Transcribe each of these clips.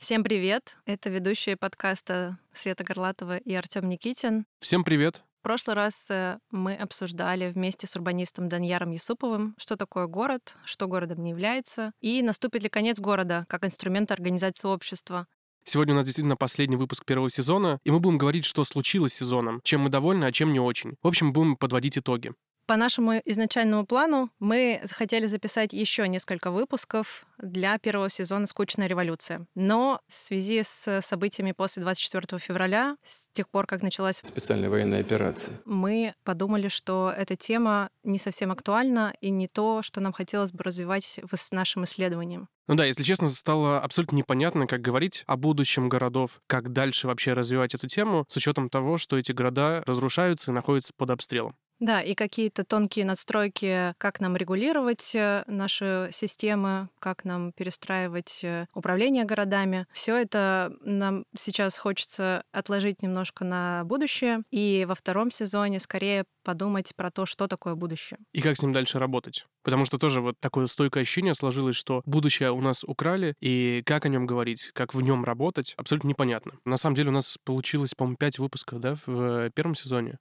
Всем привет! Это ведущие подкаста Света Горлатова и Артём Никитин. Всем привет! В прошлый раз мы обсуждали вместе с урбанистом Данияром Юсуповым, что такое город, что городом не является, и наступит ли конец города как инструмент организации общества. Сегодня у нас действительно последний выпуск первого сезона, и мы будем говорить, что случилось с сезоном, чем мы довольны, а чем не очень. В общем, будем подводить итоги. По нашему изначальному плану мы захотели записать еще несколько выпусков для первого сезона «Скучная революция». Но в связи с событиями после 24 февраля, с тех пор, как началась специальная военная операция, мы подумали, что эта тема не совсем актуальна и не то, что нам хотелось бы развивать с нашим исследованием. Ну да, если честно, стало абсолютно непонятно, как говорить о будущем городов, как дальше вообще развивать эту тему, с учетом того, что эти города разрушаются и находятся под обстрелом. Да, и какие-то тонкие надстройки, как нам регулировать наши системы, как нам перестраивать управление городами. Все это нам сейчас хочется отложить немножко на будущее, и во втором сезоне скорее подумать про то, что такое будущее. И как с ним дальше работать. Потому что тоже вот такое стойкое ощущение сложилось, что будущее у нас украли, и как о нем говорить, как в нем работать, абсолютно непонятно. На самом деле у нас получилось, по-моему, 5 выпусков, да, в первом сезоне.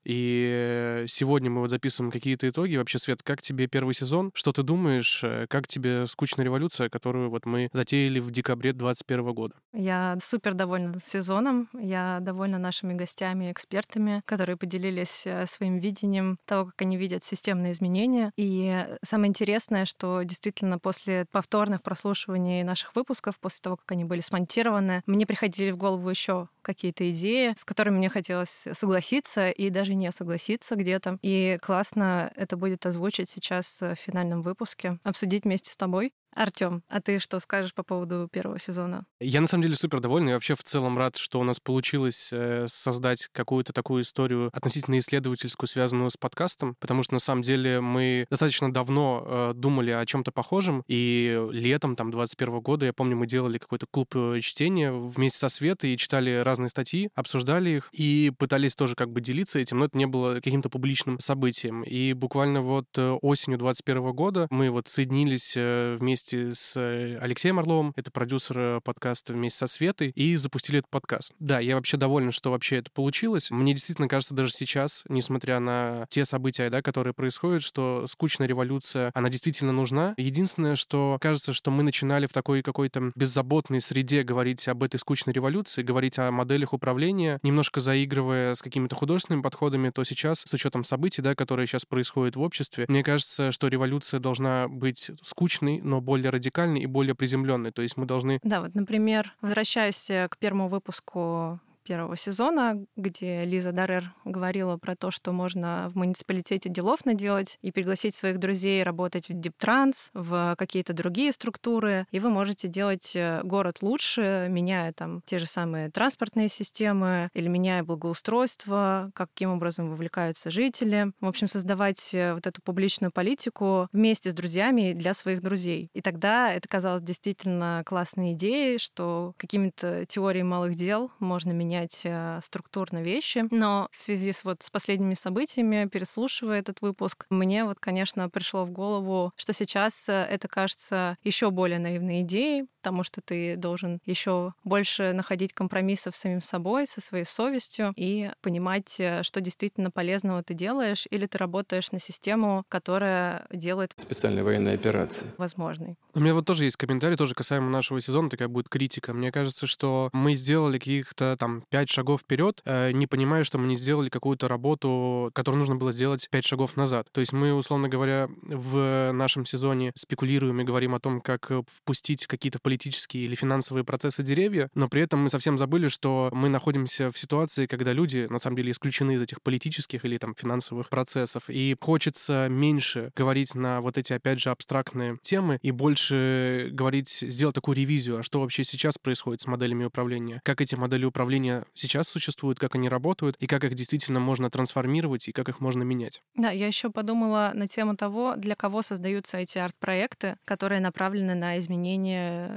И сегодня мы вот записываем какие-то итоги. Вообще, Свет, как тебе первый сезон? Что ты думаешь? Как тебе «Скучная революция», которую вот мы затеяли в декабре 2021 года? Я супер довольна сезоном. Я довольна нашими гостями, экспертами, которые поделились своим видением того, как они видят системные изменения. И самое интересное, что действительно после повторных прослушиваний наших выпусков, после того, как они были смонтированы, мне приходили в голову еще какие-то идеи, с которыми мне хотелось согласиться и даже не согласиться где-то. И классно это будет озвучить сейчас в финальном выпуске, обсудить вместе с тобой. Артём, а ты что скажешь по поводу первого сезона? Я на самом деле супер доволен и вообще в целом рад, что у нас получилось создать какую-то такую историю относительно исследовательскую, связанную с подкастом, потому что на самом деле мы достаточно давно думали о чем-то похожем, и летом там 21 года, я помню, мы делали какой-то клуб чтения вместе со Светой и читали разные статьи, обсуждали их и пытались тоже как бы делиться этим, но это не было каким-то публичным событием. И буквально вот осенью 21 года мы вот соединились вместе с Алексеем Орловым, это продюсер подкаста, вместе со Светой, и запустили этот подкаст. Да, я вообще доволен, что вообще это получилось. Мне действительно кажется даже сейчас, несмотря на те события, да, которые происходят, что «Скучная революция», она действительно нужна. Единственное, что кажется, что мы начинали в такой какой-то беззаботной среде говорить об этой скучной революции, говорить о моделях управления, немножко заигрывая с какими-то художественными подходами, то сейчас, с учетом событий, да, которые сейчас происходят в обществе, мне кажется, что революция должна быть скучной, но более радикальный и более приземленный. То есть мы должны... Да, вот, например, возвращаясь к первому выпуску первого сезона, где Лиза Даррер говорила про то, что можно в муниципалитете делов наделать и пригласить своих друзей работать в Диптранс, в какие-то другие структуры, и вы можете делать город лучше, меняя там те же самые транспортные системы или меняя благоустройство, каким образом вовлекаются жители. В общем, создавать вот эту публичную политику вместе с друзьями для своих друзей. И тогда это казалось действительно классной идеей, что какими-то теориями малых дел можно менять структурно вещи. Но в связи с последними событиями, переслушивая этот выпуск, мне конечно, пришло в голову, что сейчас это кажется еще более наивной идеей, потому что ты должен еще больше находить компромиссов с самим собой, со своей совестью и понимать, что действительно полезного ты делаешь, или ты работаешь на систему, которая делает специальная военная операция возможной. У меня вот тоже есть комментарий, тоже касаемо нашего сезона, такая будет критика. Мне кажется, что мы сделали каких-то там 5 шагов вперед, не понимая, что мы не сделали какую-то работу, которую нужно было сделать 5 шагов назад. То есть мы, условно говоря, в нашем сезоне спекулируем и говорим о том, как впустить какие-то политические или финансовые процессы деревья, но при этом мы совсем забыли, что мы находимся в ситуации, когда люди, на самом деле, исключены из этих политических или там финансовых процессов, и хочется меньше говорить на вот эти, опять же, абстрактные темы и больше говорить, сделать такую ревизию, а что вообще сейчас происходит с моделями управления, как эти модели управления сейчас существуют, как они работают, и как их действительно можно трансформировать, и как их можно менять. Да, я еще подумала на тему того, для кого создаются эти арт-проекты, которые направлены на изменение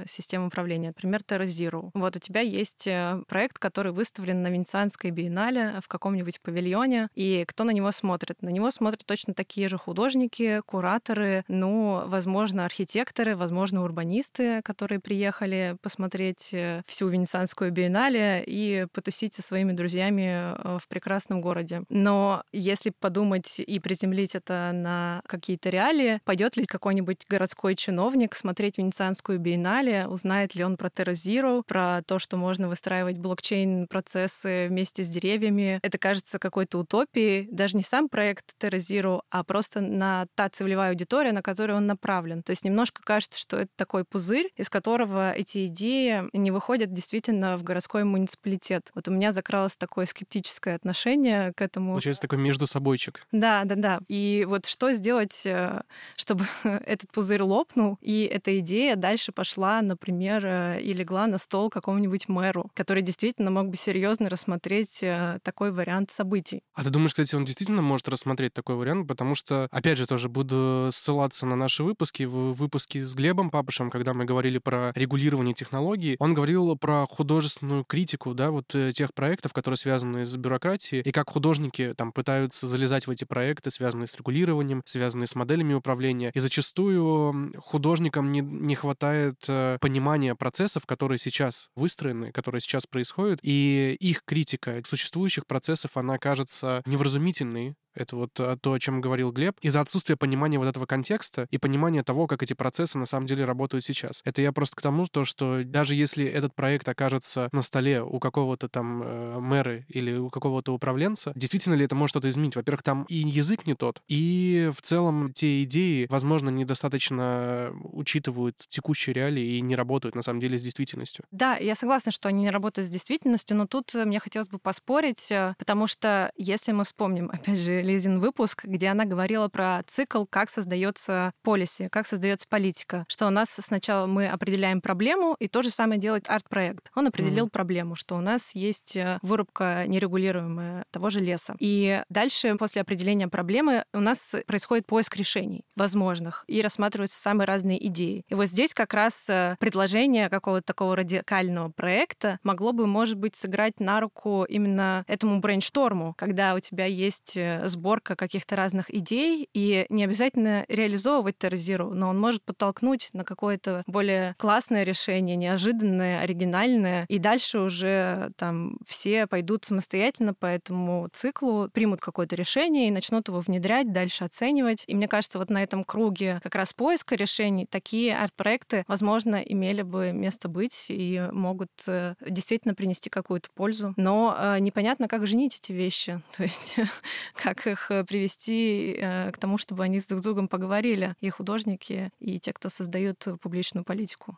систем управления, например, Terra Zero. Вот у тебя есть проект, который выставлен на Венецианской биеннале в каком-нибудь павильоне, и кто на него смотрит? На него смотрят точно такие же художники, кураторы, возможно, архитекторы, возможно, урбанисты, которые приехали посмотреть всю Венецианскую биеннале и потусить со своими друзьями в прекрасном городе. Но если подумать и приземлить это на какие-то реалии, пойдет ли какой-нибудь городской чиновник смотреть Венецианскую биеннале, узнает ли он про Terra Zero, про то, что можно выстраивать блокчейн-процессы вместе с деревьями. Это кажется какой-то утопией. Даже не сам проект Terra Zero, а просто на та целевая аудитория, на которую он направлен. То есть немножко кажется, что это такой пузырь, из которого эти идеи не выходят действительно в городской муниципалитет. Вот у меня закралось такое скептическое отношение к этому. Получается такой междусобойчик. Да. И вот что сделать, чтобы этот пузырь лопнул, и эта идея дальше пошла, например, и легла на стол какому-нибудь мэру, который действительно мог бы серьезно рассмотреть такой вариант событий. А ты думаешь, кстати, он действительно может рассмотреть такой вариант? Потому что, опять же, тоже буду ссылаться на наши выпуски. В выпуске с Глебом Папышем, когда мы говорили про регулирование технологий, он говорил про художественную критику, да, вот тех проектов, которые связаны с бюрократией, и как художники там пытаются залезать в эти проекты, связанные с регулированием, связанные с моделями управления. И зачастую художникам не хватает понимания процессов, которые сейчас выстроены, которые сейчас происходят, и их критика существующих процессов, она кажется невразумительной. Это вот то, о чем говорил Глеб. Из-за отсутствия понимания вот этого контекста и понимания того, как эти процессы на самом деле работают сейчас. Это я просто к тому, что даже если этот проект окажется на столе у какого-то там мэра или у какого-то управленца, действительно ли это может что-то изменить? Во-первых, там и язык не тот, и в целом те идеи, возможно, недостаточно учитывают текущие реалии и не работают, на самом деле, с действительностью. Да, я согласна, что они не работают с действительностью, но тут мне хотелось бы поспорить, потому что если мы вспомним, опять же, Лизин выпуск, где она говорила про цикл, как создается полиси, как создается политика, что у нас сначала мы определяем проблему, и то же самое делает арт-проект. Он определил проблему, что у нас есть вырубка нерегулируемая того же леса. И дальше, после определения проблемы, у нас происходит поиск решений возможных, и рассматриваются самые разные идеи. И вот здесь как раз предложение какого-то такого радикального проекта могло бы, может быть, сыграть на руку именно этому брейншторму, когда у тебя есть сборка каких-то разных идей, и не обязательно реализовывать Terra Zero, но он может подтолкнуть на какое-то более классное решение, неожиданное, оригинальное, и дальше уже там все пойдут самостоятельно по этому циклу, примут какое-то решение и начнут его внедрять, дальше оценивать. И мне кажется, вот на этом круге как раз поиска решений такие арт-проекты, возможно, имели бы место быть и могут действительно принести какую-то пользу. Но непонятно, как женить эти вещи. То есть как их привести к тому, чтобы они с друг другом поговорили, и художники, и те, кто создают публичную политику.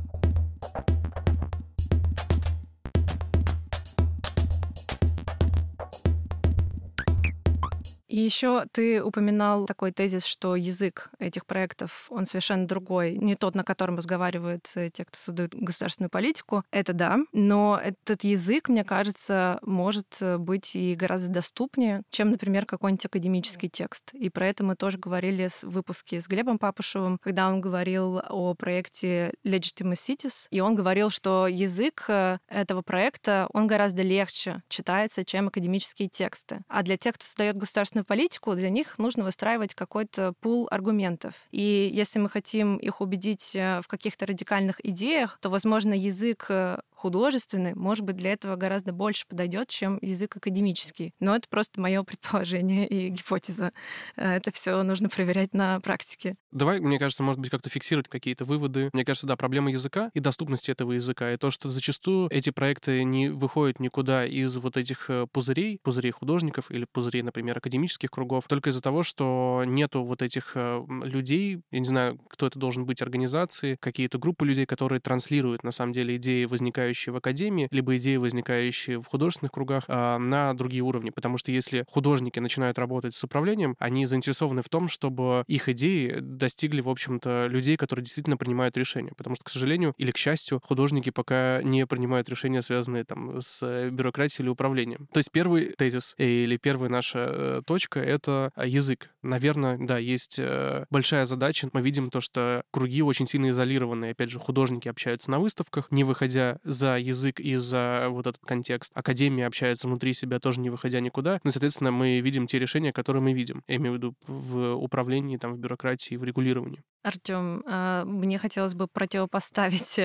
И еще ты упоминал такой тезис, что язык этих проектов, он совершенно другой, не тот, на котором разговаривают те, кто создают государственную политику. Это да, но этот язык, мне кажется, может быть и гораздо доступнее, чем, например, какой-нибудь академический текст. И про это мы тоже говорили в выпуске с Глебом Папышевым, когда он говорил о проекте Legitimate Cities, и он говорил, что язык этого проекта, он гораздо легче читается, чем академические тексты. А для тех, кто создает государственную политику, для них нужно выстраивать какой-то пул аргументов. И если мы хотим их убедить в каких-то радикальных идеях, то, возможно, язык художественный, может быть, для этого гораздо больше подойдет, чем язык академический. Но это просто мое предположение и гипотеза. Это все нужно проверять на практике. Давай, мне кажется, может быть, как-то фиксировать какие-то выводы. Мне кажется, да, проблема языка и доступности этого языка, и то, что зачастую эти проекты не выходят никуда из вот этих пузырей художников или пузырей, например, академических кругов, только из-за того, что нету вот этих людей, я не знаю, кто это должен быть, организации, какие-то группы людей, которые транслируют, на самом деле, идеи, возникающие возникающие в академии, либо идеи, возникающие в художественных кругах, на другие уровни. Потому что если художники начинают работать с управлением, они заинтересованы в том, чтобы их идеи достигли, в общем-то, людей, которые действительно принимают решения. Потому что, к сожалению, или к счастью, художники пока не принимают решения, связанные там с бюрократией или управлением. То есть первый тезис или первая наша точка — это язык. Наверное, да, есть большая задача. Мы видим то, что круги очень сильно изолированы. Опять же, художники общаются на выставках, не выходя за язык и за вот этот контекст. Академия общается внутри себя, тоже не выходя никуда. Ну, соответственно, мы видим те решения, которые мы видим. Я имею в виду в управлении, там, в бюрократии, в регулировании. Артём, мне хотелось бы противопоставить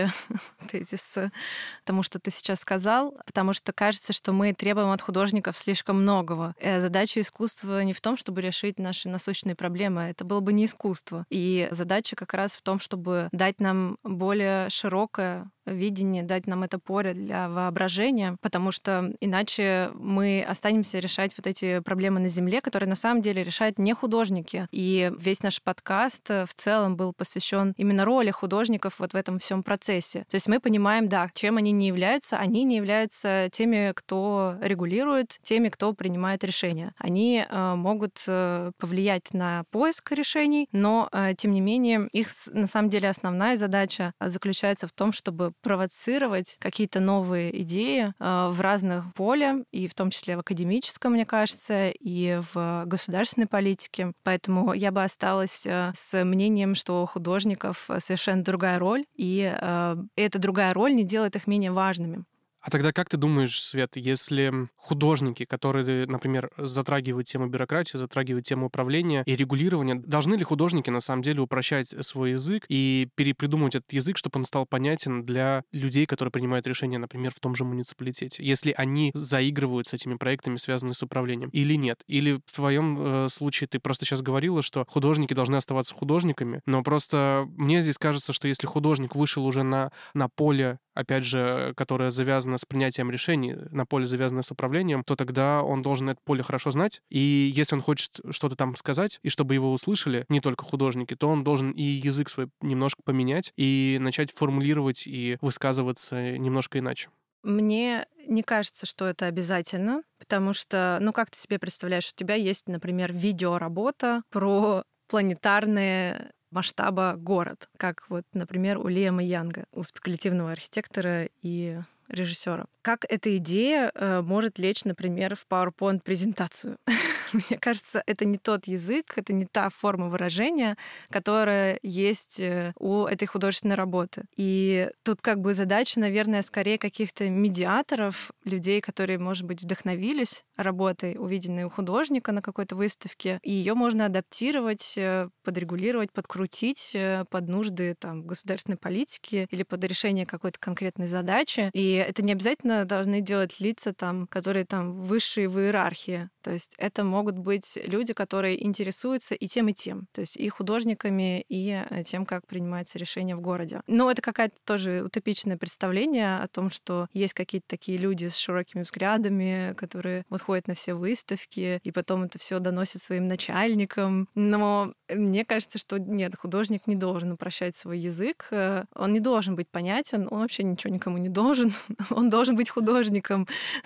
тезис тому, что ты сейчас сказал, потому что кажется, что мы требуем от художников слишком многого. Задача искусства не в том, чтобы решить наши насущные проблемы. Это было бы не искусство. И задача как раз в том, чтобы дать нам более широкое видение, дать нам это поле для воображения, потому что иначе мы останемся решать вот эти проблемы на Земле, которые на самом деле решают не художники. И весь наш подкаст в целом был посвящен именно роли художников вот в этом всем процессе. То есть мы понимаем, да, чем они не являются. Они не являются теми, кто регулирует, теми, кто принимает решения. Они могут повлиять на поиск решений, но, тем не менее, их на самом деле основная задача заключается в том, чтобы провоцировать какие-то новые идеи в разных полях, и в том числе в академическом, мне кажется, и в государственной политике. Поэтому я бы осталась с мнением, что у художников совершенно другая роль, и эта другая роль не делает их менее важными. А тогда как ты думаешь, Свет, если художники, которые, например, затрагивают тему бюрократии, затрагивают тему управления и регулирования, должны ли художники на самом деле упрощать свой язык и перепридумывать этот язык, чтобы он стал понятен для людей, которые принимают решения, например, в том же муниципалитете, если они заигрывают с этими проектами, связанными с управлением, или нет? Или в твоем случае ты просто сейчас говорила, что художники должны оставаться художниками, но просто мне здесь кажется, что если художник вышел уже на поле, опять же, которое завязано с принятием решений, на поле, завязанное с управлением, то тогда он должен это поле хорошо знать. И если он хочет что-то там сказать, и чтобы его услышали не только художники, то он должен и язык свой немножко поменять, и начать формулировать и высказываться немножко иначе. Мне не кажется, что это обязательно, потому что, как ты себе представляешь, у тебя есть, например, видеоработа про планетарные масштаба город, как вот, например, у Лиама Янга, у спекулятивного архитектора и режиссера. Как эта идея может лечь, например, в PowerPoint-презентацию? Мне кажется, это не тот язык, это не та форма выражения, которая есть у этой художественной работы. И тут как бы задача, наверное, скорее каких-то медиаторов, людей, которые, может быть, вдохновились работой, увиденной у художника на какой-то выставке, и ее можно адаптировать, подрегулировать, подкрутить под нужды там, государственной политики или под решение какой-то конкретной задачи. И это не обязательно должны делать лица, там, которые там высшие в иерархии. То есть это могут быть люди, которые интересуются и тем, и тем. То есть и художниками, и тем, как принимается решение в городе. Но это какое-то тоже утопичное представление о том, что есть какие-то такие люди с широкими взглядами, которые вот ходят на все выставки, и потом это все доносят своим начальникам. Но мне кажется, что нет, художник не должен упрощать свой язык, он не должен быть понятен, он вообще ничего никому не должен, он должен быть художником.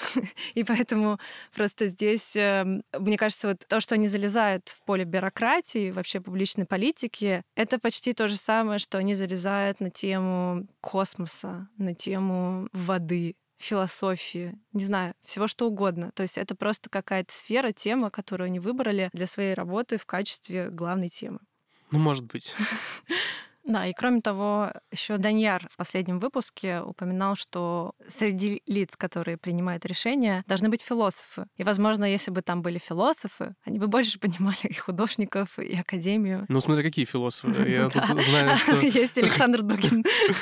И поэтому просто здесь, мне кажется, вот то, что они залезают в поле бюрократии, вообще публичной политики, это почти то же самое, что они залезают на тему космоса, на тему воды, философии, не знаю, всего что угодно. То есть это просто какая-то сфера, тема, которую они выбрали для своей работы в качестве главной темы. Может быть. Да, и кроме того, еще Даньяр в последнем выпуске упоминал, что среди лиц, которые принимают решения, должны быть философы. И, возможно, если бы там были философы, они бы больше понимали и художников, и академию. Ну, смотри, какие философы. Я тут знаю, что... Есть Александр Дугин.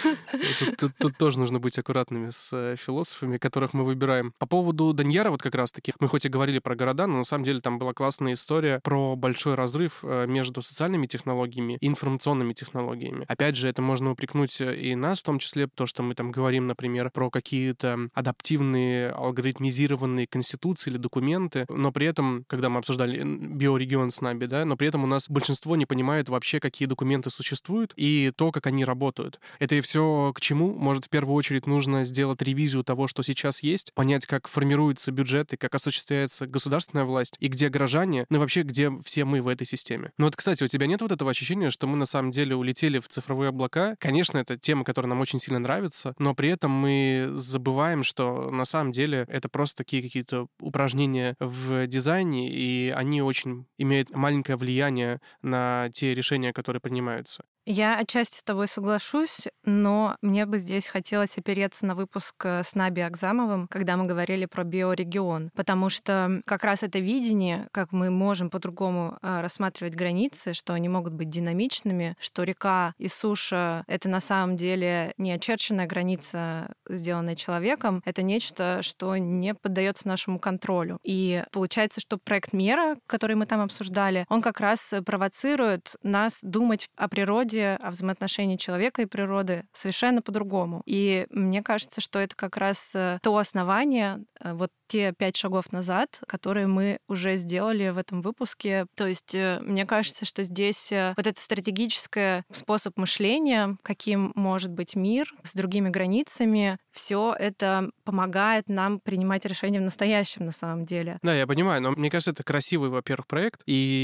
Тут тоже нужно быть аккуратными с философами, которых мы выбираем. По поводу Даньяра вот как раз-таки, мы хоть и говорили про города, но на самом деле там была классная история про большой разрыв между социальными технологиями и информационными технологиями. технологиями. Опять же, это можно упрекнуть и нас, в том числе, то, что мы там говорим, например, про какие-то адаптивные, алгоритмизированные конституции или документы, но при этом, когда мы обсуждали биорегион с Наби, да, но при этом у нас большинство не понимает вообще, какие документы существуют и то, как они работают. Это и все к чему? Может, в первую очередь нужно сделать ревизию того, что сейчас есть, понять, как формируется бюджет и как осуществляется государственная власть, и где граждане, ну и вообще, где все мы в этой системе. Ну вот, кстати, у тебя нет вот этого ощущения, что мы на самом деле улетели в цифровые облака? Конечно, это тема, которая нам очень сильно нравится, но при этом мы забываем, что на самом деле это просто такие какие-то упражнения в дизайне, и они очень имеют маленькое влияние на те решения, которые принимаются. Я отчасти с тобой соглашусь, но мне бы здесь хотелось опереться на выпуск с Наби Акзамовым, когда мы говорили про биорегион, потому что как раз это видение, как мы можем по-другому рассматривать границы, что они могут быть динамичными, что река и суша — это на самом деле не очерченная граница, сделанная человеком, это нечто, что не поддается нашему контролю. И получается, что проект «Мера», который мы там обсуждали, он как раз провоцирует нас думать о природе, о взаимоотношении человека и природы совершенно по-другому. И мне кажется, что это как раз то основание, вот те 5 шагов назад, которые мы уже сделали в этом выпуске. То есть мне кажется, что здесь вот это стратегический способ мышления, каким может быть мир с другими границами, все это помогает нам принимать решения в настоящем на самом деле. Да, я понимаю, но мне кажется, это красивый, во-первых, проект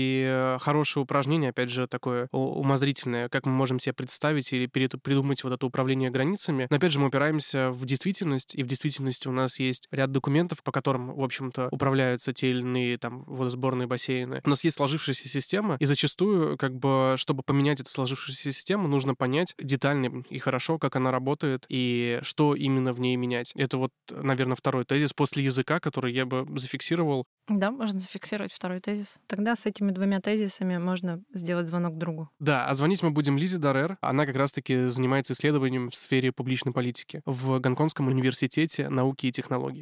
и хорошее упражнение, опять же, такое умозрительное, как мы можем себе представить или придумать вот это управление границами. Но опять же, мы упираемся в действительность, и в действительности у нас есть ряд документов, по которым, в общем-то, управляются те или иные там водосборные бассейны. У нас есть сложившаяся система, и зачастую, как бы, чтобы поменять эту сложившуюся систему, нужно понять детально и хорошо, как она работает, и что именно в ней менять. Это вот, наверное, второй тезис после языка, который я бы зафиксировал. Да, можно зафиксировать второй тезис. Тогда с этими 2 тезисами можно сделать звонок другу. Да, а звонить мы будем Лизе Даррер. Она как раз-таки занимается исследованием в сфере публичной политики в Гонконгском университете науки и технологий.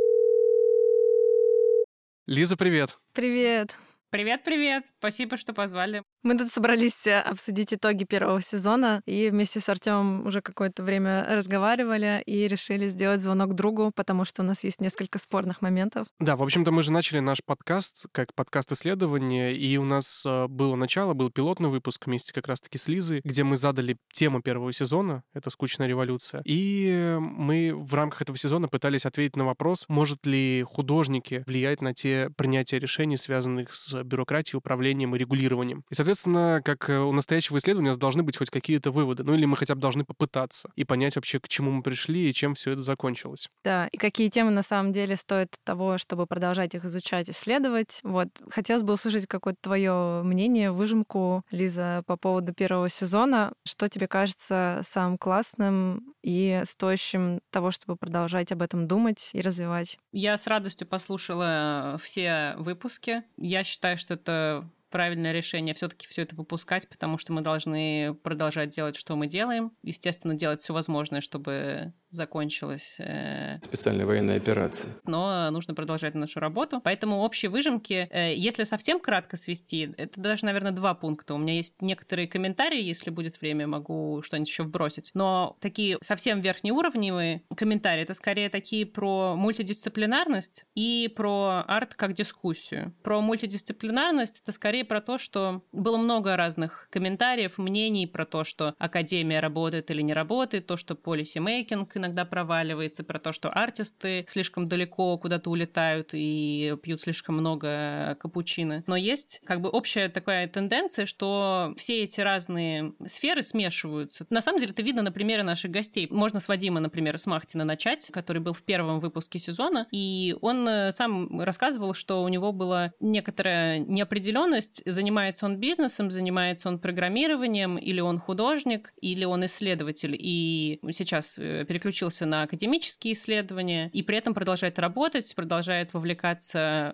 Лиза, привет. Привет. Привет-привет! Спасибо, что позвали. Мы тут собрались обсудить итоги 1 сезона, и вместе с Артёмом уже какое-то время разговаривали и решили сделать звонок другу, потому что у нас есть несколько спорных моментов. Да, в общем-то, мы же начали наш подкаст как подкаст исследования, и у нас было начало, был пилотный выпуск вместе как раз-таки с Лизой, где мы задали тему 1 сезона, это «Скучная революция», и мы в рамках этого сезона пытались ответить на вопрос, может ли художники влиять на те принятия решений, связанных с бюрократией, управлением и регулированием. И, соответственно, как у настоящего исследования, у нас должны быть хоть какие-то выводы, ну или мы хотя бы должны попытаться и понять вообще, к чему мы пришли и чем все это закончилось. Да, и какие темы на самом деле стоят того, чтобы продолжать их изучать, исследовать. Вот. Хотелось бы услышать какое-то твое мнение, выжимку, Лиза, по поводу 1 сезона. Что тебе кажется самым классным и стоящим того, чтобы продолжать об этом думать и развивать? Я с радостью послушала все выпуски. Я считаю, что это правильное решение все-таки все это выпускать, потому что мы должны продолжать делать, что мы делаем. Естественно, делать все возможное, чтобы закончилась Специальная военная операция. Но нужно продолжать нашу работу. Поэтому общие выжимки, если совсем кратко свести, это даже, наверное, 2 пункта. У меня есть некоторые комментарии, если будет время, могу что-нибудь еще вбросить. Но такие совсем верхнеуровневые комментарии, это скорее такие про мультидисциплинарность и про арт как дискуссию. Про мультидисциплинарность это скорее про то, что было много разных комментариев, мнений про то, что академия работает или не работает, то, что policymaking иногда проваливается, про то, что артисты слишком далеко куда-то улетают и пьют слишком много капучино. Но есть как бы общая такая тенденция, что все эти разные сферы смешиваются. На самом деле это видно на примере наших гостей. Можно с Вадима, например, Смахтина начать, который был в 1 выпуске сезона, и он сам рассказывал, что у него была некоторая неопределенность, занимается он бизнесом, занимается он программированием, или он художник, или он исследователь, и сейчас переключился на академические исследования, и при этом продолжает работать, продолжает вовлекаться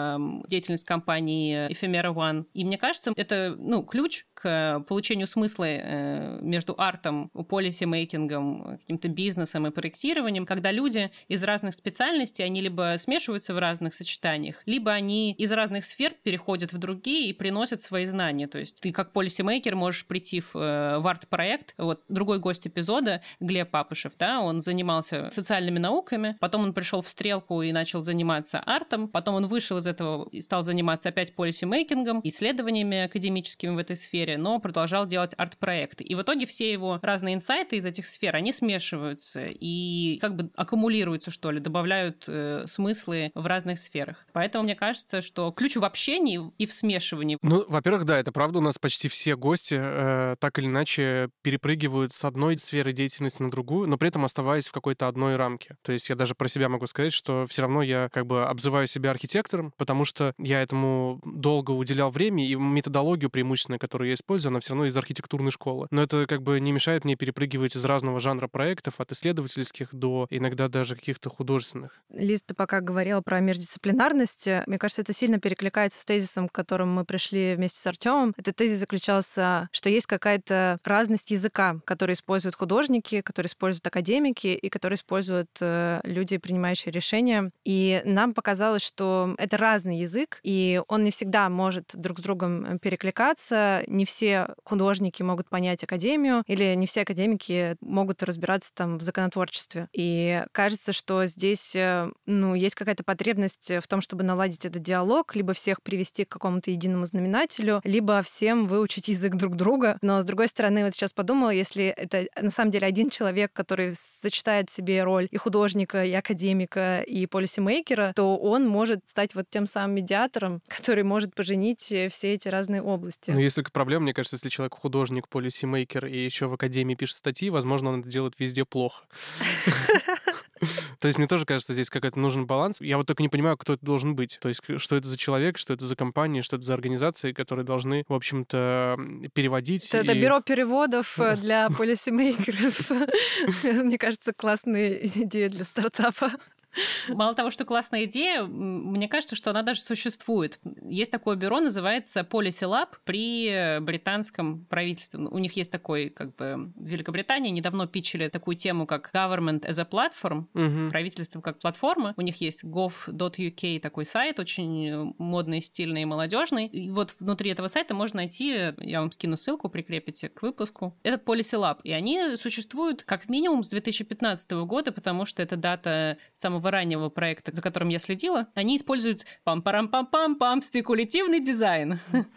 в деятельность компании Ephemera One. И мне кажется, это ключ к получению смысла между артом, полисимейкингом, каким-то бизнесом и проектированием, когда люди из разных специальностей, они либо смешиваются в разных сочетаниях, либо они из разных сфер переходят в другие людей и приносят свои знания. То есть ты как полисимейкер можешь прийти в арт-проект. Вот другой гость эпизода, Глеб Папышев, да, он занимался социальными науками, потом он пришел в Стрелку и начал заниматься артом, потом он вышел из этого и стал заниматься опять полисимейкингом, исследованиями академическими в этой сфере, но продолжал делать арт-проекты. И в итоге все его разные инсайты из этих сфер, они смешиваются и как бы аккумулируются, что ли, добавляют смыслы в разных сферах. Поэтому мне кажется, что ключ в общении и в смешивании. Ну, во-первых, да, это правда, у нас почти все гости так или иначе перепрыгивают с одной сферы деятельности на другую, но при этом оставаясь в какой-то одной рамке. То есть я даже про себя могу сказать, что все равно я как бы обзываю себя архитектором, потому что я этому долго уделял время, и методологию преимущественно, которую я использую, она все равно из архитектурной школы. Но это как бы не мешает мне перепрыгивать из разного жанра проектов, от исследовательских до иногда даже каких-то художественных. Лиз, ты пока говорила про междисциплинарность, мне кажется, это сильно перекликается с тезисом, к которому мы пришли вместе с Артёмом. Этот тезис заключался, что есть какая-то разность языка, который используют художники, который используют академики и который используют люди, принимающие решения. И нам показалось, что это разный язык, и он не всегда может друг с другом перекликаться, не все художники могут понять академию, или не все академики могут разбираться там в законотворчестве. И кажется, что здесь есть какая-то потребность в том, чтобы наладить этот диалог, либо всех привести к какому-то единому знаменателю, либо всем выучить язык друг друга. Но, с другой стороны, вот сейчас подумала, если это на самом деле один человек, который сочетает в себе роль и художника, и академика, и полисимейкера, то он может стать вот тем самым медиатором, который может поженить все эти разные области. Но есть только проблема, мне кажется, если человек художник, полисимейкер и еще в академии пишет статьи, возможно, он это делает везде плохо. То есть мне тоже кажется, здесь какой-то нужен баланс. Я вот только не понимаю, кто это должен быть. То есть что это за человек, что это за компания, что это за организации, которые должны, в общем-то, переводить. Это бюро переводов для полисимейкеров. Мне кажется, классная идея для стартапа. Мало того, что классная идея, мне кажется, что она даже существует. Есть такое бюро, называется Policy Lab при британском правительстве. У них есть такой, как бы, в Великобритании недавно питчили такую тему, как Government as a Platform, правительство как платформа. У них есть gov.uk такой сайт, очень модный, стильный и молодежный. И вот внутри этого сайта можно найти, я вам скину ссылку, прикрепите к выпуску, этот Policy Lab. И они существуют как минимум с 2015 года, потому что это дата самого раннего проекта, за которым я следила, они используют пам-парам-пам-пам-пам спекулятивный дизайн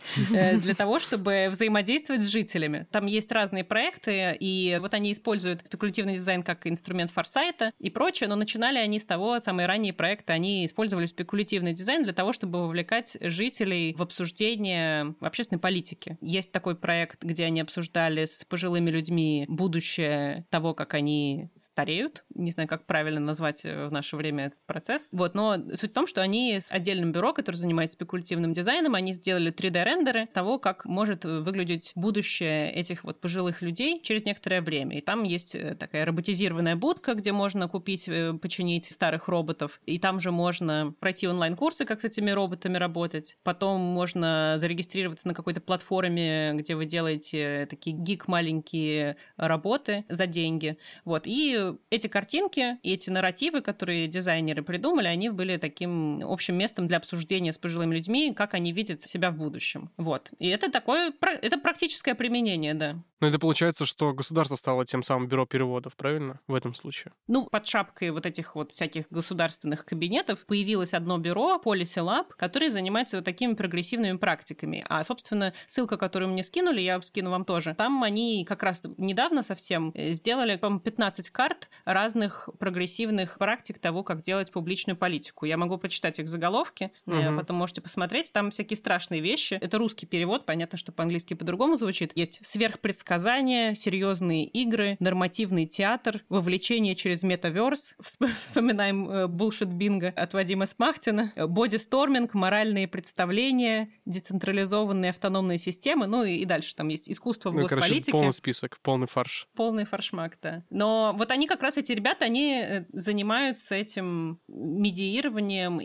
для того, чтобы взаимодействовать с жителями. Там есть разные проекты, и вот они используют спекулятивный дизайн как инструмент форсайта и прочее, но начинали они с того, самые ранние проекты, они использовали спекулятивный дизайн для того, чтобы вовлекать жителей в обсуждение общественной политики. Есть такой проект, где они обсуждали с пожилыми людьми будущее того, как они стареют. Не знаю, как правильно назвать в наше время этот процесс. Вот, но суть в том, что они с отдельным бюро, которое занимается спекулятивным дизайном, они сделали 3D-рендеры того, как может выглядеть будущее этих вот пожилых людей через некоторое время. И там есть такая роботизированная будка, где можно купить, починить старых роботов. И там же можно пройти онлайн-курсы, как с этими роботами работать. Потом можно зарегистрироваться на какой-то платформе, где вы делаете такие гик-маленькие работы за деньги. Вот. И эти картинки, и эти нарративы, которые дизайнеры придумали, они были таким общим местом для обсуждения с пожилыми людьми, как они видят себя в будущем. Вот. И это это практическое применение, да. Но это получается, что государство стало тем самым бюро переводов, правильно? В этом случае. Ну, под шапкой вот этих вот всяких государственных кабинетов появилось одно бюро, Policy Lab, которое занимается вот такими прогрессивными практиками. А, собственно, ссылка, которую мне скинули, я скину вам тоже. Там они как раз недавно совсем сделали, по-моему, 15 карт разных прогрессивных практик того, как делать публичную политику. Я могу прочитать их заголовки, потом можете посмотреть. Там всякие страшные вещи. Это русский перевод, понятно, что по-английски по-другому звучит. Есть сверхпредсказания, серьезные игры, нормативный театр, вовлечение через метаверс. Вспоминаем булшит-бинго от Вадима Смахтина. Бодисторминг, моральные представления, децентрализованные автономные системы. Ну и дальше там есть искусство в госполитике. Короче, полный список, полный фарш. Полный фаршмак, да. Но вот они как раз, эти ребята, они занимаются этим медиированием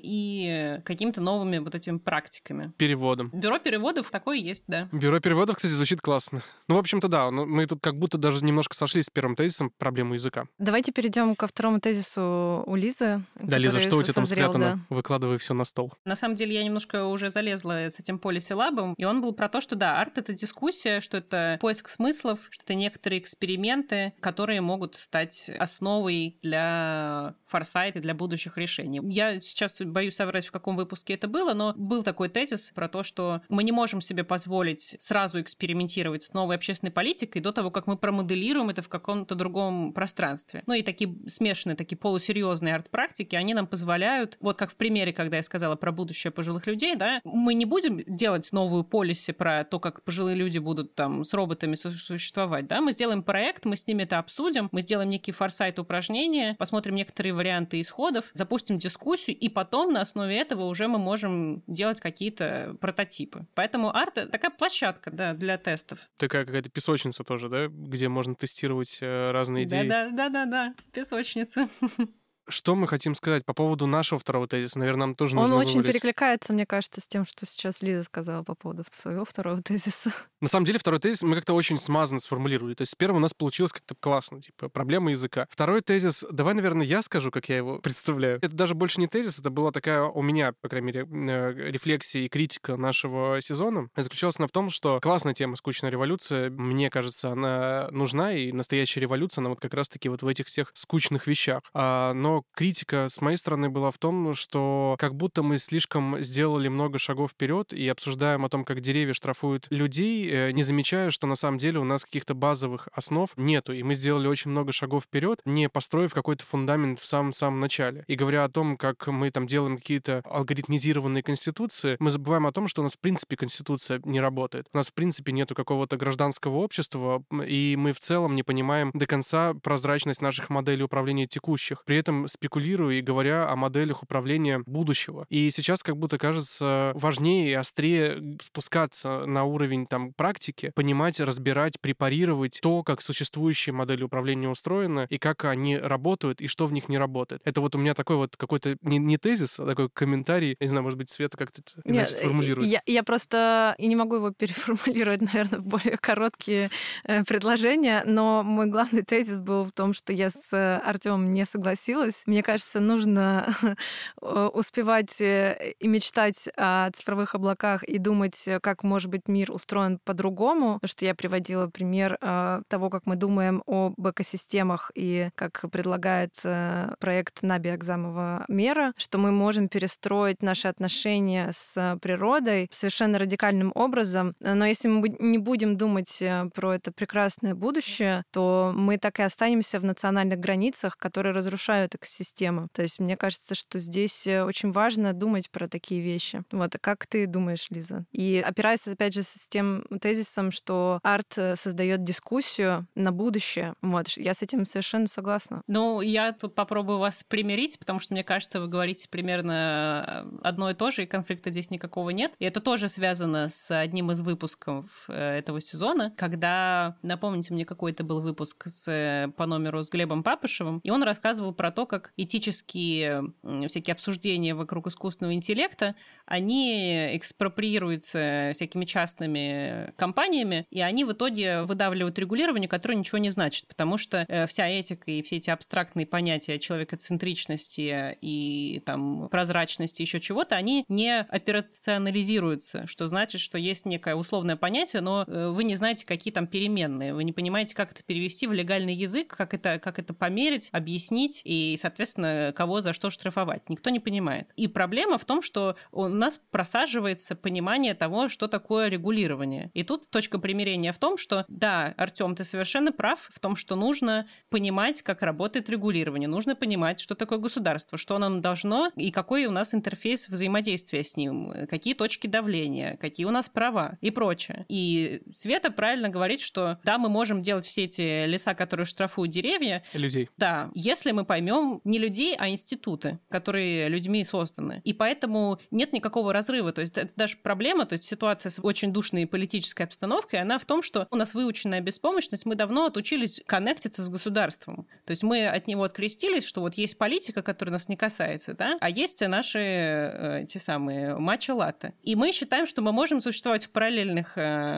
и какими-то новыми вот этими практиками. Переводом. Бюро переводов такое есть, да. Бюро переводов, кстати, звучит классно. Ну, в общем-то, да, мы тут как будто даже немножко сошлись с первым тезисом проблемы языка. Давайте перейдем ко второму тезису у Лизы. Да, Лиза, что у тебя там спрятано? Да. Выкладывай все на стол. На самом деле я немножко уже залезла с этим полисилабом, и он был про то, что да, арт — это дискуссия, что это поиск смыслов, что это некоторые эксперименты, которые могут стать основой для форсайта, для будущих решений. Я сейчас боюсь соврать, в каком выпуске это было, но был такой тезис про то, что мы не можем себе позволить сразу экспериментировать с новой общественной политикой до того, как мы промоделируем это в каком-то другом пространстве. Ну и такие смешанные, такие полусерьезные арт-практики, они нам позволяют, вот как в примере, когда я сказала про будущее пожилых людей, да, мы не будем делать новую полиси про то, как пожилые люди будут там с роботами существовать, да, мы сделаем проект, мы с ними это обсудим, мы сделаем некий форсайт упражнения, посмотрим некоторые варианты исходов, запустим дискуссию, и потом на основе этого уже мы можем делать какие-то прототипы. Поэтому арт — это такая площадка, да, для тестов. Такая какая-то песочница тоже, да, где можно тестировать разные идеи. Да, песочница. Что мы хотим сказать по поводу нашего второго тезиса? Наверное, нам тоже Он нужно очень вывалить. перекликается, мне кажется, с тем, что сейчас Лиза сказала по поводу своего второго тезиса. На самом деле, второй тезис мы как-то очень смазанно сформулировали. То есть с первым у нас получилось как-то классно, типа проблема языка. Второй тезис, давай, наверное, я скажу, как я его представляю. Это даже больше не тезис, это была такая у меня, по крайней мере, рефлексия и критика нашего сезона. Заключалась она в том, что классная тема «Скучная революция», мне кажется, она нужна, и настоящая революция, она вот как раз-таки вот в этих всех скучных вещах. Но критика с моей стороны была в том, что как будто мы слишком сделали много шагов вперед и обсуждаем о том, как деревья штрафуют людей, не замечая, что на самом деле у нас каких-то базовых основ нету. И мы сделали очень много шагов вперед, не построив какой-то фундамент в самом-самом начале. И говоря о том, как мы там делаем какие-то алгоритмизированные конституции, мы забываем о том, что у нас в принципе конституция не работает. У нас в принципе нету какого-то гражданского общества, и мы в целом не понимаем до конца прозрачность наших моделей управления текущих. При этом спекулируя и говоря о моделях управления будущего. И сейчас как будто кажется важнее и острее спускаться на уровень там практики, понимать, разбирать, препарировать то, как существующие модели управления устроены, и как они работают, и что в них не работает. Это вот у меня такой вот какой-то не тезис, а такой комментарий. Я не знаю, может быть, Света как-то иначе сформулирует. Я просто и не могу его переформулировать, наверное, в более короткие предложения, но мой главный тезис был в том, что я с Артёмом не согласилась. Мне кажется, нужно успевать и мечтать о цифровых облаках и думать, как, может быть, мир устроен по-другому. Потому что я приводила пример того, как мы думаем об экосистемах и как предлагает проект Наби Акзамова «Мера», что мы можем перестроить наши отношения с природой совершенно радикальным образом. Но если мы не будем думать про это прекрасное будущее, то мы так и останемся в национальных границах, которые разрушают экосистему. То есть мне кажется, что здесь очень важно думать про такие вещи. Вот, как ты думаешь, Лиза? И опираясь, опять же, с тем тезисом, что арт создает дискуссию на будущее. Вот, я с этим совершенно согласна. Ну, я тут попробую вас примирить, потому что, мне кажется, вы говорите примерно одно и то же, и конфликта здесь никакого нет. И это тоже связано с одним из выпусков этого сезона, когда, напомните мне, какой это был выпуск по номеру с Глебом Папышевым, и он рассказывал про то, как этические всякие обсуждения вокруг искусственного интеллекта, они экспроприируются всякими частными компаниями, и они в итоге выдавливают регулирование, которое ничего не значит, потому что вся этика и все эти абстрактные понятия человекоцентричности и там прозрачности, еще чего-то, они не операционализируются, что значит, что есть некое условное понятие, но вы не знаете, какие там переменные, вы не понимаете, как это перевести в легальный язык, как это померить, объяснить и, соответственно, кого за что штрафовать. Никто не понимает. И проблема в том, что у нас просаживается понимание того, что такое регулирование. И тут точка примирения в том, что да, Артём, ты совершенно прав в том, что нужно понимать, как работает регулирование, нужно понимать, что такое государство, что оно должно и какой у нас интерфейс взаимодействия с ним, какие точки давления, какие у нас права и прочее. И Света правильно говорит, что да, мы можем делать все эти леса, которые штрафуют деревья. Людей. Да, если мы поймем создаем не людей, а институты, которые людьми созданы. И поэтому нет никакого разрыва. То есть это даже проблема, то есть ситуация с очень душной политической обстановкой, она в том, что у нас выученная беспомощность, мы давно отучились коннектиться с государством. То есть мы от него открестились, что вот есть политика, которая нас не касается, да, а есть наши те самые матча-латте. И мы считаем, что мы можем существовать в параллельных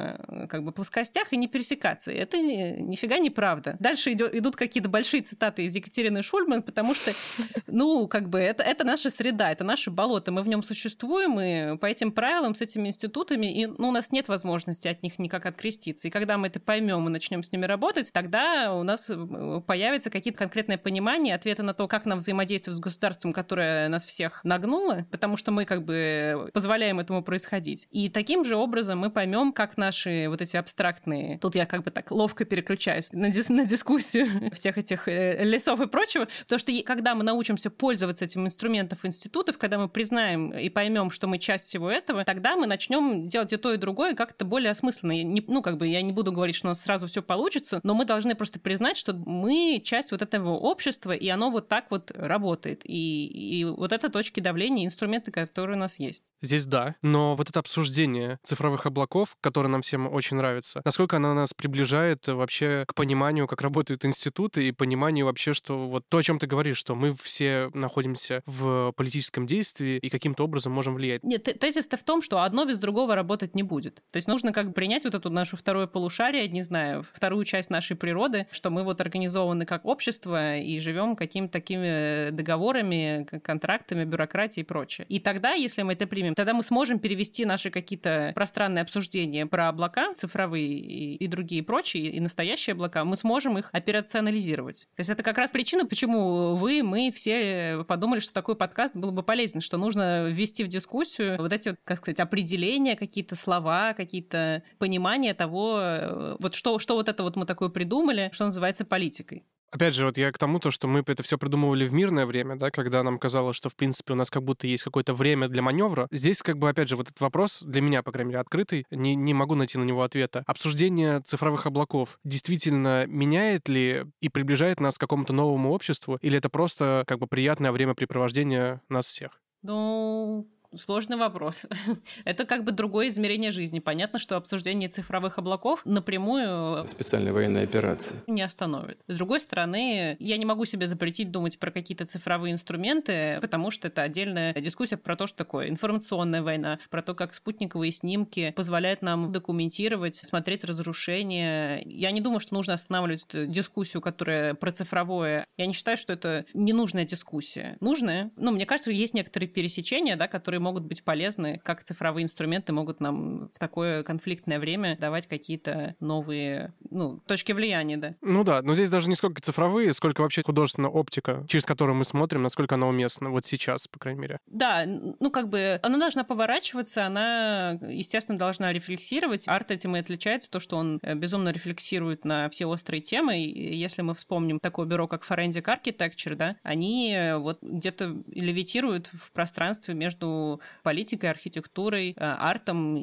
как бы плоскостях и не пересекаться. Это нифига не правда. Дальше идут какие-то большие цитаты из Екатерины Шульман, потому что, ну, как бы это наша среда, это наше болото, мы в нем существуем, и по этим правилам, с этими институтами, и, ну, у нас нет возможности от них никак откреститься. И когда мы это поймем и начнем с ними работать, тогда у нас появится какие-то конкретные понимания, ответы на то, как нам взаимодействовать с государством, которое нас всех нагнуло, потому что мы как бы позволяем этому происходить. И таким же образом мы поймем, как наши вот эти абстрактные... Тут я как бы так ловко переключаюсь на дискуссию всех этих лесов и прочего, потому что когда мы научимся пользоваться этим инструментом институтов, когда мы признаем и поймем, что мы часть всего этого, тогда мы начнем делать и то, и другое как-то более осмысленно. Ну, как бы я не буду говорить, что у нас сразу все получится, но мы должны просто признать, что мы часть вот этого общества, и оно вот так вот работает. И вот это точки давления, инструменты, которые у нас есть. Здесь да, но вот это обсуждение цифровых облаков, которое нам всем очень нравится, насколько оно нас приближает вообще к пониманию, как работают институты, и пониманию вообще, что вот то, о чем ты говоришь, что мы все находимся в политическом действии и каким-то образом можем влиять. Нет, тезис-то в том, что одно без другого работать не будет. То есть нужно как бы принять вот эту нашу второе полушарие, не знаю, вторую часть нашей природы, что мы вот организованы как общество и живем какими-то такими договорами, контрактами, бюрократией и прочее. И тогда, если мы это примем, тогда мы сможем перевести наши какие-то пространные обсуждения про облака цифровые и другие прочие, и настоящие облака, мы сможем их операционализировать. То есть это как раз причина, почему мы все подумали, что такой подкаст был бы полезен, что нужно ввести в дискуссию вот эти, как сказать, определения, какие-то слова, какие-то понимания того, вот что вот это вот мы такое придумали, что называется политикой. Опять же, вот я к тому, что мы это все придумывали в мирное время, да, когда нам казалось, что, в принципе, у нас как будто есть какое-то время для маневра. Здесь, как бы, опять же, вот этот вопрос для меня, по крайней мере, открытый, не могу найти на него ответа. Обсуждение цифровых облаков действительно меняет ли и приближает нас к какому-то новому обществу, или это просто, как бы, приятное времяпрепровождение нас всех? Ну... Сложный вопрос. Это как бы другое измерение жизни. Понятно, что обсуждение цифровых облаков напрямую... Специальная военная операция. Не остановит. С другой стороны, я не могу себе запретить думать про какие-то цифровые инструменты, потому что это отдельная дискуссия про то, что такое информационная война, про то, как спутниковые снимки позволяют нам документировать, смотреть разрушения. Я не думаю, что нужно останавливать эту дискуссию, которая про цифровое. Я не считаю, что это ненужная дискуссия. Нужная. Ну, мне кажется, есть некоторые пересечения, да, которые могут быть полезны, как цифровые инструменты могут нам в такое конфликтное время давать какие-то новые, точки влияния, да. Ну да, но здесь даже не сколько цифровые, сколько вообще художественная оптика, через которую мы смотрим, насколько она уместна, вот сейчас, по крайней мере. Да, как бы она должна поворачиваться, она, естественно, должна рефлексировать. Арт этим и отличается, то, что он безумно рефлексирует на все острые темы. И если мы вспомним такое бюро, как Forensic Architecture, да, они вот где-то левитируют в пространстве между политикой, архитектурой, артом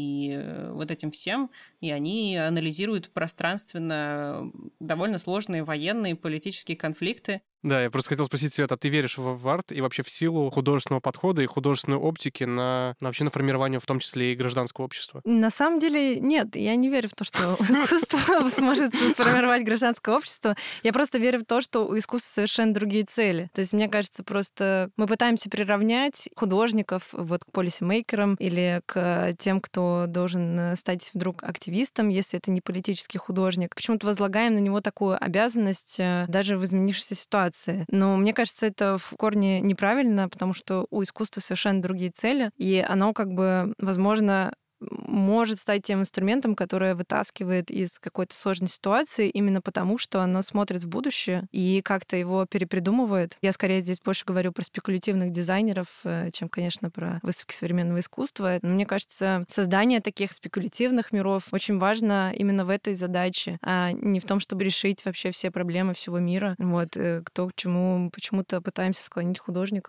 и вот этим всем, и они анализируют пространственно довольно сложные военные политические конфликты. Да, я просто хотел спросить, Света, а ты веришь в арт и вообще в силу художественного подхода и художественной оптики вообще на формирование, в том числе и гражданского общества? На самом деле, нет, я не верю в то, что искусство сможет сформировать гражданское общество. Я просто верю в то, что у искусства совершенно другие цели. То есть, мне кажется, просто мы пытаемся приравнять художников вот к полисимейкерам или к тем, кто должен стать вдруг активистом, если это не политический художник. Почему-то возлагаем на него такую обязанность даже в изменившейся ситуации. Но мне кажется, это в корне неправильно, потому что у искусства совершенно другие цели, и оно как бы, возможно, может стать тем инструментом, который вытаскивает из какой-то сложной ситуации именно потому, что оно смотрит в будущее и как-то его перепридумывает. Я скорее здесь больше говорю про спекулятивных дизайнеров, чем, конечно, про выставки современного искусства. Но мне кажется, создание таких спекулятивных миров очень важно именно в этой задаче, а не в том, чтобы решить вообще все проблемы всего мира. Вот, кто к чему почему-то пытаемся склонить художников.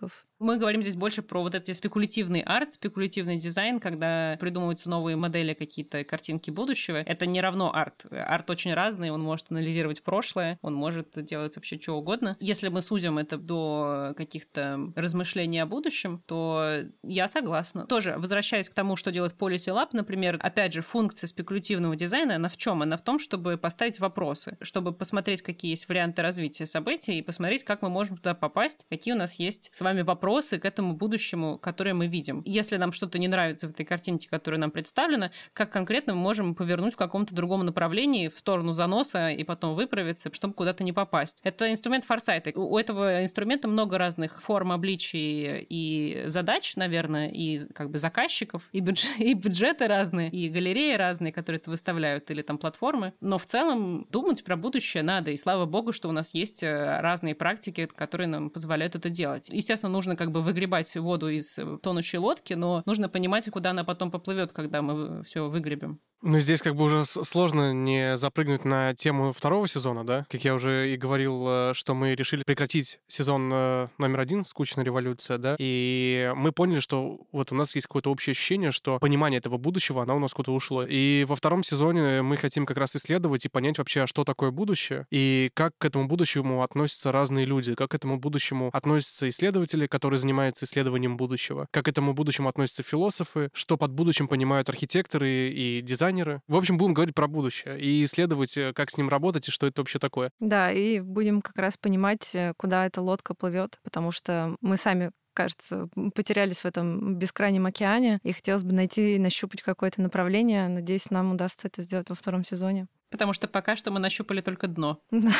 Мы говорим здесь больше про вот эти спекулятивный арт, спекулятивный дизайн, когда придумываются новые модели, какие-то картинки будущего. Это не равно арт. Арт очень разный, он может анализировать прошлое, он может делать вообще что угодно. Если мы сузим это до каких-то размышлений о будущем, то я согласна. Тоже, возвращаясь к тому, что делает Policy Lab, например, опять же, функция спекулятивного дизайна, она в чем? Она в том, чтобы поставить вопросы, чтобы посмотреть, какие есть варианты развития событий и посмотреть, как мы можем туда попасть, какие у нас есть с вами вопросы к этому будущему, которое мы видим. Если нам что-то не нравится в этой картинке, которая нам представлена, как конкретно мы можем повернуть в каком-то другом направлении, в сторону заноса и потом выправиться, чтобы куда-то не попасть. Это инструмент форсайта. У этого инструмента много разных форм, обличий и задач, наверное, и как бы заказчиков, и бюджеты разные, и галереи разные, которые это выставляют, или там платформы. Но в целом думать про будущее надо, и слава богу, что у нас есть разные практики, которые нам позволяют это делать. Естественно, нужно как бы выгребать воду из тонущей лодки, но нужно понимать, куда она потом поплывет, когда мы все выгребем. Ну, здесь как бы уже сложно не запрыгнуть на тему второго сезона, да? Как я уже и говорил, что мы решили прекратить сезон номер 1 «Скучная революция», да? И мы поняли, что вот у нас есть какое-то общее ощущение, что понимание этого будущего, оно у нас куда-то ушло. И во втором сезоне мы хотим как раз исследовать и понять вообще, что такое будущее, и как к этому будущему относятся разные люди, как к этому будущему относятся исследователи, которые занимаются исследованием будущего, как к этому будущему относятся философы, что под будущим понимают архитекторы и дизайнеры. В общем, будем говорить про будущее и исследовать, как с ним работать и что это вообще такое. Да, и будем как раз понимать, куда эта лодка плывет, потому что мы сами, кажется, потерялись в этом бескрайнем океане, и хотелось бы найти и нащупать какое-то направление. Надеюсь, нам удастся это сделать во втором сезоне. Потому что пока что мы нащупали только дно.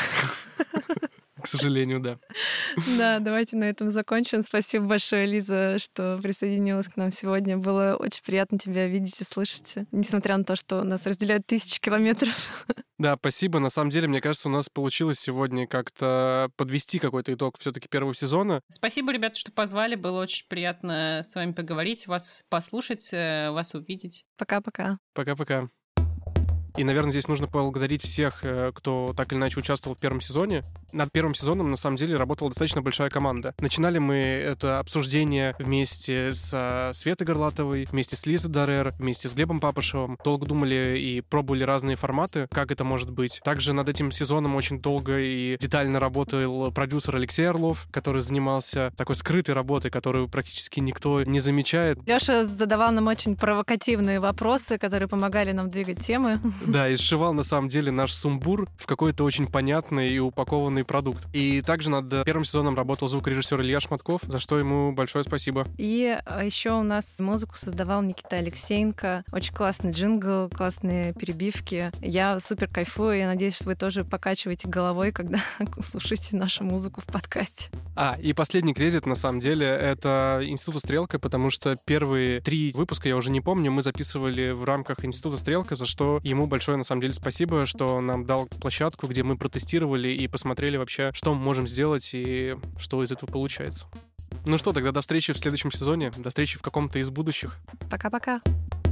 К сожалению, да. Да, давайте на этом закончим. Спасибо большое, Лиза, что присоединилась к нам сегодня. Было очень приятно тебя видеть и слышать, несмотря на то, что нас разделяют 1000 километров. Да, спасибо. На самом деле, мне кажется, у нас получилось сегодня как-то подвести какой-то итог все-таки первого сезона. Спасибо, ребята, что позвали. Было очень приятно с вами поговорить, вас послушать, вас увидеть. Пока-пока. Пока-пока. И, наверное, здесь нужно поблагодарить всех, кто так или иначе участвовал в первом сезоне. Над первым сезоном, на самом деле, работала достаточно большая команда. Начинали мы это обсуждение вместе с Светой Горлатовой, вместе с Лизой Дарер, вместе с Глебом Папышевым. Долго думали и пробовали разные форматы, как это может быть. Также над этим сезоном очень долго и детально работал продюсер Алексей Орлов, который занимался такой скрытой работой, которую практически никто не замечает. Лёша задавал нам очень провокативные вопросы, которые помогали нам двигать темы. Да, и сшивал на самом деле наш сумбур в какой-то очень понятный и упакованный продукт. И также над первым сезоном работал звукорежиссер Илья Шматков, за что ему большое спасибо. И еще у нас музыку создавал Никита Алексеенко. Очень классный джингл, классные перебивки. Я супер кайфую. Я надеюсь, что вы тоже покачиваете головой, когда слушаете нашу музыку в подкасте. И последний кредит, на самом деле, это Институт Стрелка, потому что первые 3 выпуска, я уже не помню, мы записывали в рамках Института Стрелка, за что ему большое, на самом деле, спасибо, что нам дал площадку, где мы протестировали и посмотрели вообще, что мы можем сделать и что из этого получается. Ну что, тогда до встречи в следующем сезоне, до встречи в каком-то из будущих. Пока-пока.